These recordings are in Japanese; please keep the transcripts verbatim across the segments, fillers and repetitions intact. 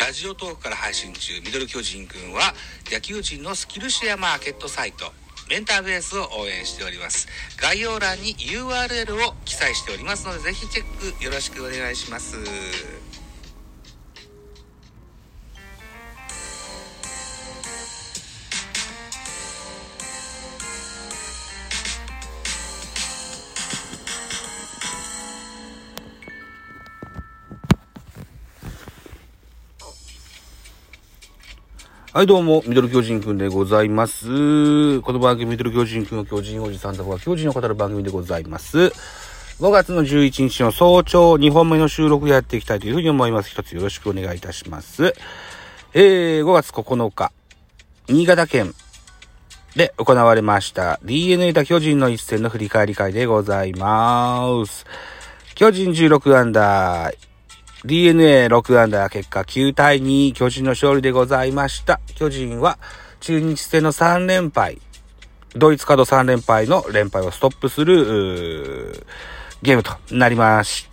ラジオトークから配信中、ミドル巨人くんは野球人のスキルシェアマーケットサイトメンターベースを応援しております。概要欄に ユーアールエル を記載しておりますので、ぜひチェックよろしくお願いします。 はいどうも、ミドル巨人くんでございます。この番組ミドル巨人くんの巨人おじさんとか巨人を語る番組でございます。ごがつのじゅういちにちの早朝にほんめの収録をやっていきたいというふうに思います。一つよろしくお願いいたします。えー、ごがつここのか、新潟県で行われました ディーエヌエー 対巨人の一戦の振り返り会でございます。巨人じゅうろくアンダー、ディーエヌエーろくアンダー、結果きゅうたいに、巨人の勝利でございました。巨人は中日戦のさんれんぱい、同一カードさんれんぱいの連敗をストップするゲームとなりました。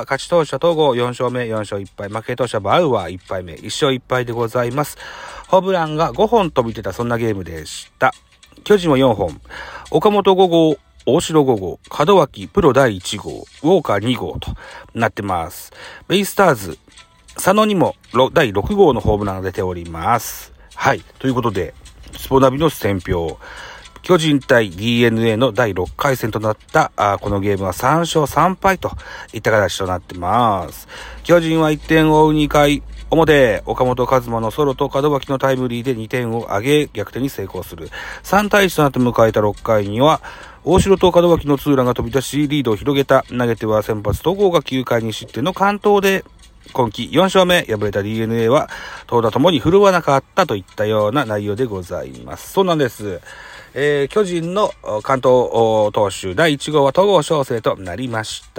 勝ち投手は戸郷よんしょうめ、よんしょういっぱい、負け投手はバウアーいっぱいめ、いっしょういっぱいでございます。ホームランがごほん飛び出た、そんなゲームでした。巨人はよんほん、岡本ごごう、大城ごごう、門脇プロだいいちごう、ウォーカーにごうとなってます。ベイスターズ、佐野にもだいろくごうのホームランが出ております。はい。ということで、スポナビの選評、巨人対 ディーエヌエー のだいろっかいせんとなったあこのゲームはさんしょうさんぱいといった形となってます。巨人はいってんを追うにかい表、岡本和真のソロと門脇のタイムリーでにてんを挙げ逆転に成功する。さんたいいちとなって迎えたろっかいには大城と門脇のツーランが飛び出しリードを広げた。投げては先発戸郷がきゅうかいに失点の完投で今季よんしょうめ、敗れた ディーエヌエー は投打ともに振るわなかったといったような内容でございます。そうなんです。えー、巨人の完投投手だいいちごうは戸郷翔征となりました。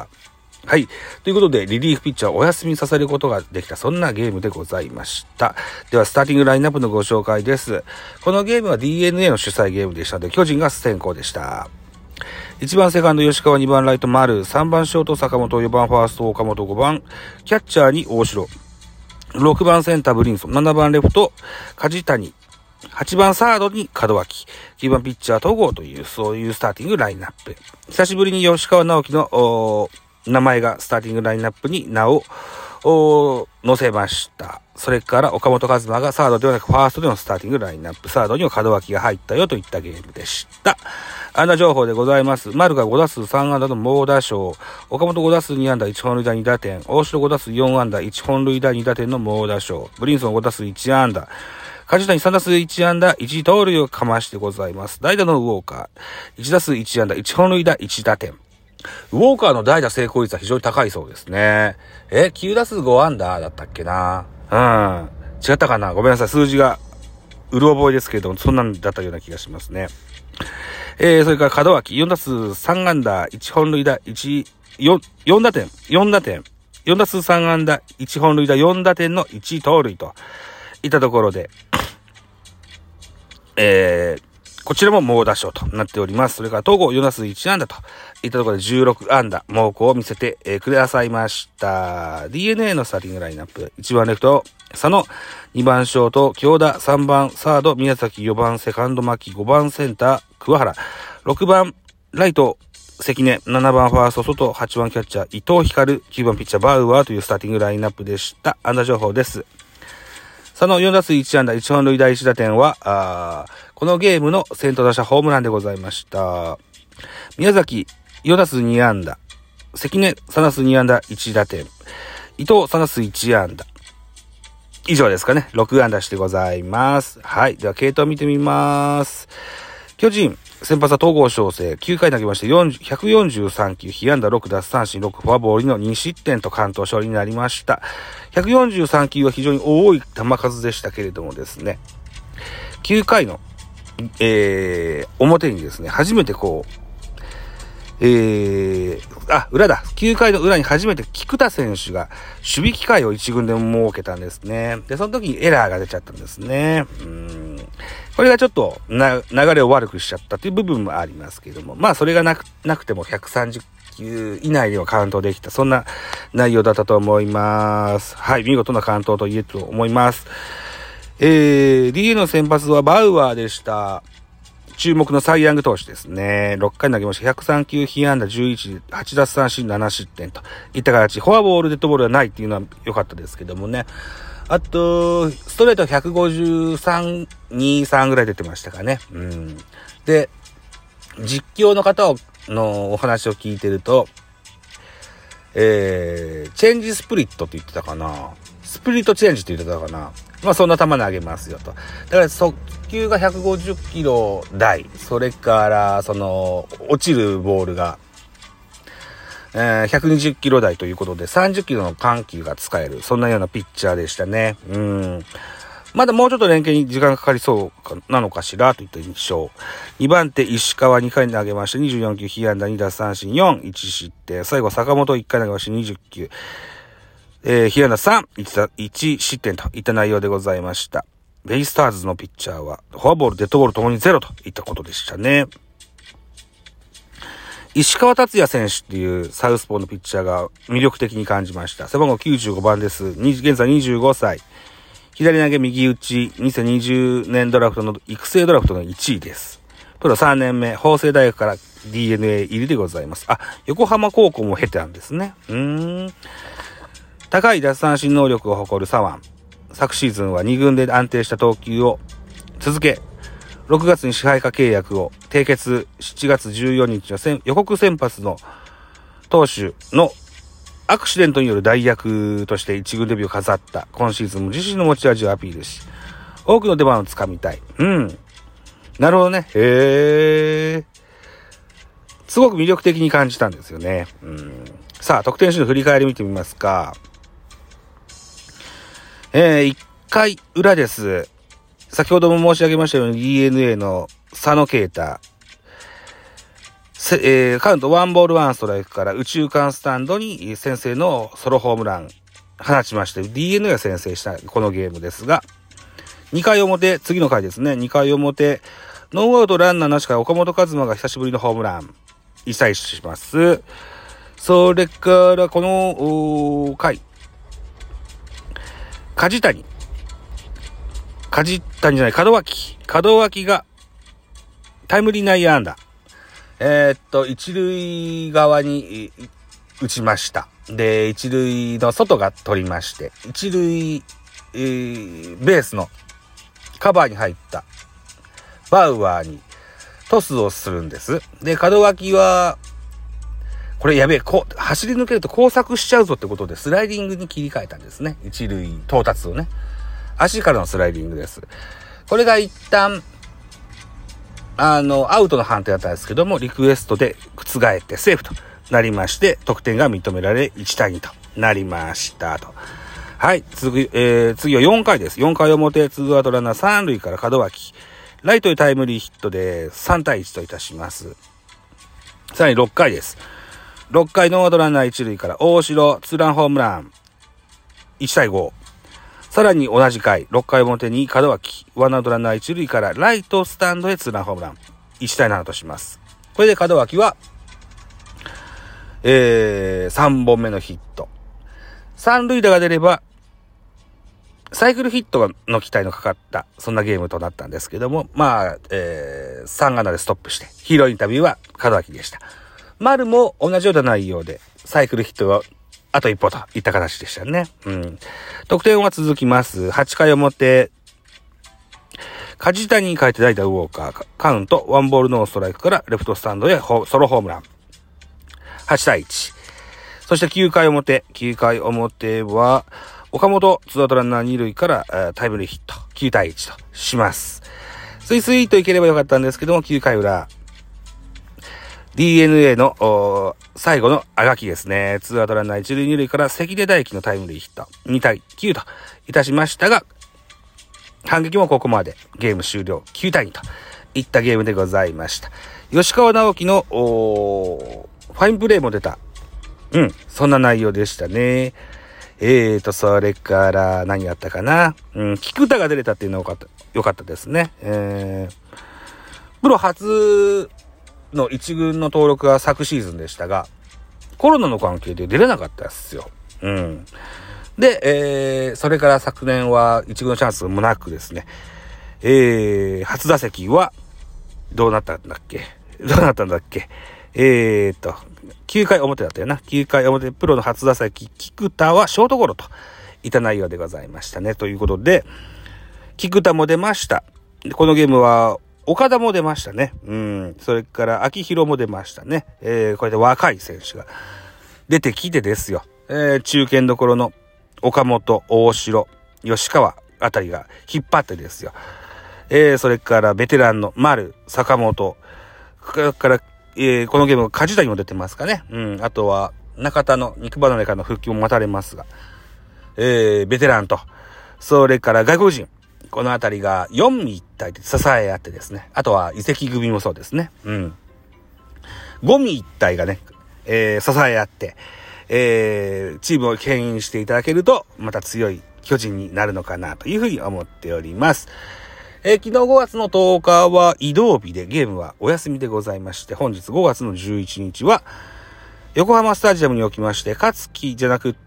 はい。ということで、リリーフピッチャーをお休みさせることができた、そんなゲームでございました。では、スターティングラインナップのご紹介です。このゲームは ディーエヌエー の主催ゲームでしたので、巨人が先行でした。いちばんセカンド吉川、にばんライト丸、さんばんショート坂本、よばんファースト岡本、ごばんキャッチャーに大城、ろくばんセンターブリンソン、ななばんレフト梶谷、はちばんサードに門脇、きゅうばんピッチャー戸郷という、そういうスターティングラインナップ。久しぶりに吉川直樹の名前がスターティングラインナップに名を載せました。それから岡本和真がサードではなくファーストでのスターティングラインナップ。サードには門脇が入ったよといったゲームでした。安打情報でございます。丸がごだすうさんあんだの猛打賞。岡本ごだすうにあんだいちほんるいだにだてん。大城ごだすうよんあんだいちほんるいだにだてんの猛打賞。ブリンソンごだすういちあんだ。梶谷さんだすういちあんだいち盗塁をかましてございます。代打のウォーカー。いちだすういちあんだいちほんるいだいちだてん。ウォーカーの代打成功率は非常に高いそうですね。え、きゅうだすうごあんだだったっけな。うん。違ったかな、ごめんなさい。数字がうる覚えですけれども、そんなんだったような気がしますね。えー、それから門脇、よんだすうさんあんだいちほんるいだいち、よん、よんだてん、よんだてん、よんだすうさんあんだいちほんるいだよんだてんのいち盗塁といったところで、えー、こちらも猛打賞となっております。それから戸郷よんだすういちあんだといったところでじゅうろくあんだ猛攻を見せて、えー、くださいました。ディーエヌエー のスターティングラインナップ。いちばんレフト佐野、にばんショート京田、さんばんサード宮崎、よばんセカンド牧、ごばんセンター桑原、ろくばんライト関根、ななばんファースト外、はちばんキャッチャー伊藤光、きゅうばんピッチャーバウアーというスターティングラインナップでした。安打情報です。佐野よんだすういちあんだいちほんるいだいちだてんはあこのゲームの先頭打者ホームランでございました。宮崎よんだすうにあんだ、関根さんだすうにあんだいちだてん、伊藤さんだすういちあんだ以上ですかね。ろくあんだしてございます。はい。では系統見てみます。巨人先発は戸郷翔征、きゅうかい投げましてひゃくよんじゅうさんきゅう、被安打ろく、奪三振ろく、フォアボールのにしってんと完投勝利になりました。ひゃくよんじゅうさんきゅうは非常に多い球数でしたけれどもですね、きゅうかいの、えー、表にですね、初めてこう、えー、あ、裏だ。きゅうかいの裏に初めて菊田選手が守備機会を一軍で設けたんですね。で、その時にエラーが出ちゃったんですね。うーん。これがちょっとな流れを悪くしちゃったという部分もありますけれども、まあそれがなく、なくてもひゃくさんじゅっ球以内では完投できた、そんな内容だったと思います。はい、見事な完投と言えると思います。えー、ディーエヌエー の先発はバウアーでした。注目のサイ・ヤング投手ですね。ろっかい投げました。ひゃくさんきゅう、被安打じゅういち、はち奪三振なな失点といった形。フォアボール、デッドボールはないっていうのは良かったですけどもね。あと、ストレートはひゃくごじゅうさん、に、さんぐらい出てましたかね。うん。で、実況の方をのお話を聞いてると、えー、チェンジスプリットって言ってたかな。スプリットチェンジって言ってたかな。まあそんな球投げますよと。だから速球がひゃくごじゅっキロ台、それからその落ちるボールが、えー、ひゃくにじゅっキロ台ということでさんじゅっキロの緩急が使える、そんなようなピッチャーでしたね。うん。まだもうちょっと連携に時間がかかりそうなのかしらといった印象。にばん手石川にかい投げましてにじゅうよん球、被安打に奪三振よん、いち失点。最後坂本いっかい投げましてにじゅっ球。えー、被安打さん、いち失点といった内容でございました。ベイスターズのピッチャーは、フォアボール、デッドボールともにゼロといったことでしたね。石川達也選手っていうサウスポーのピッチャーが魅力的に感じました。背番号きゅうじゅうごばんです。現在にじゅうごさい。左投げ右打ち、にせんにじゅうねんドラフトの育成ドラフトのいちいです。プロさんねんめ、法政大学から ディーエヌエー 入りでございます。あ、横浜高校も経てたんですね。うーん。高い奪三振能力を誇る左腕。昨シーズンはに軍で安定した投球を続け、ろくがつに支配下契約を締結、しちがつじゅうよっかの予告先発の投手のアクシデントによる代役として一軍デビューを飾った今シーズンも自身の持ち味をアピールし、多くの出番をつかみたい。うん。なるほどね。へー。すごく魅力的に感じたんですよね。うん。さあ、得点シーンの振り返り見てみますか。えー、いっかい裏です。先ほども申し上げましたように ディーエヌエー の佐野啓太。えー、カウントワンボールワンストライクから宇宙間スタンドに先制のソロホームラン放ちまして ディーエヌエー が先制したこのゲームですが、にかい表、次の回ですね、にかい表、ノーアウトランナーなしから岡本和真が久しぶりのホームラン、いち対いちします。それからこの回、梶谷、梶谷じゃない、門脇、門脇がタイムリー内野安打。えー、っと、一塁側に打ちました。で、一塁の外が取りまして、一塁、えー、ベースのカバーに入ったバウアーにトスをするんです。で、門脇は、これやべえ、こう、走り抜けると交錯しちゃうぞってことでスライディングに切り替えたんですね。一塁到達をね。足からのスライディングです。これが一旦、あの、アウトの判定だったんですけども、リクエストで覆ってセーフとなりまして、得点が認められいち対にとなりましたと。はい、次、えー、次はよんかいです。よんかい表、ツーアウトランナーさん塁から門脇。ライトへタイムリーヒットでさん対いちといたします。さらにろっかいです。ろっかいノーアウトランナーいち塁から大城、ツーランホームラン。いち対ご。さらに同じ回、ろっかい表に門脇、ワンアウトランナーいち塁からライトスタンドへツーランホームラン。いち対ななとします。これで門脇は、えー、さんぼんめのヒット。三塁打が出れば、サイクルヒットの期待のかかった、そんなゲームとなったんですけども、まあ、えー、さん安打でストップして、ヒーローインタビューは門脇でした。丸も同じような内容で、サイクルヒットをあと一歩といった形でしたね。うん。得点は続きます。はちかい表、梶谷に変えて代打ウォーカー、カウント、ワンボールノーストライクからレフトスタンドへソロホームラン。はち対いち。そしてきゅうかい表、きゅうかい表は、岡本、ツーアウトランナーに塁からタイムリーヒット、きゅう対いちとします。スイスイといければよかったんですけども、きゅうかい裏、ディーエヌエー の最後のあがきですね。ツーアウトランナーいち塁に塁から関根大輝のタイムリーヒット。に対きゅうといたしましたが、反撃もここまでゲーム終了。きゅう対にといったゲームでございました。吉川直樹のファインプレーも出た。うん、そんな内容でしたね。えーと、それから何やったかな。うん、菊田が出れたっていうのがよかった、よかったですね。えー、プロ初の一軍の登録は昨シーズンでしたが、 コロナの関係で出れなかったですよ。うん。で、えー、それから昨年は一軍のチャンスもなくですね、えー、初打席はどうなったんだっけどうなったんだっけえーと、きゅうかい表だったよな。きゅうかい表、プロの初打席、菊田はショートゴロといった内容でございましたね。ということで、菊田も出ました。このゲームは、岡田も出ましたね。うん。それから、秋広も出ましたね。えー、こうやって若い選手が出てきてですよ。えー、中堅どころの岡本、大城、吉川あたりが引っ張ってですよ。えー、それからベテランの丸、坂本、それから、えー、このゲーム、梶谷も出てますかね。うん。あとは、中田の肉離れからの復帰も待たれますが、えー、ベテランと、それから外国人、このあたりがよん味一体で支え合ってですね。あとは移籍組もそうですね。うん。ご味一体がね、えー、支え合って、えー、チームを牽引していただけると、また強い巨人になるのかなというふうに思っております。えー、昨日ごがつのとおかは移動日でゲームはお休みでございまして、本日ごがつのじゅういちにちは、横浜スタジアムにおきまして、勝木じゃなくって、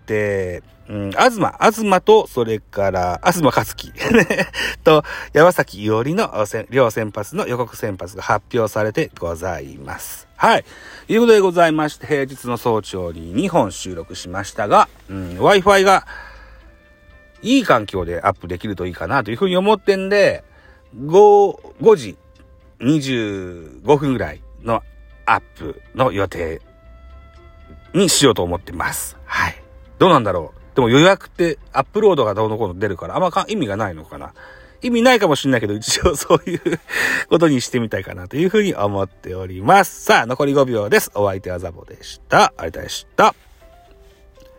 うん、東、東と、それから、東勝樹と、山崎伊織の両先発の予告先発が発表されてございます。はい。ということでございまして、平日の早朝ににほん収録しましたが、うん、Wi-Fi がいい環境でアップできるといいかなというふうに思ってんで、ごじにじゅうごふんぐらいのアップの予定にしようと思ってます。はい。どうなんだろう。でも予約ってアップロードがどうのこうの出るからあんま意味がないのかな。意味ないかもしれないけど一応そういうことにしてみたいかなというふうに思っております。さあ残りごびょうです。お相手はザボでした。ありがとうございました。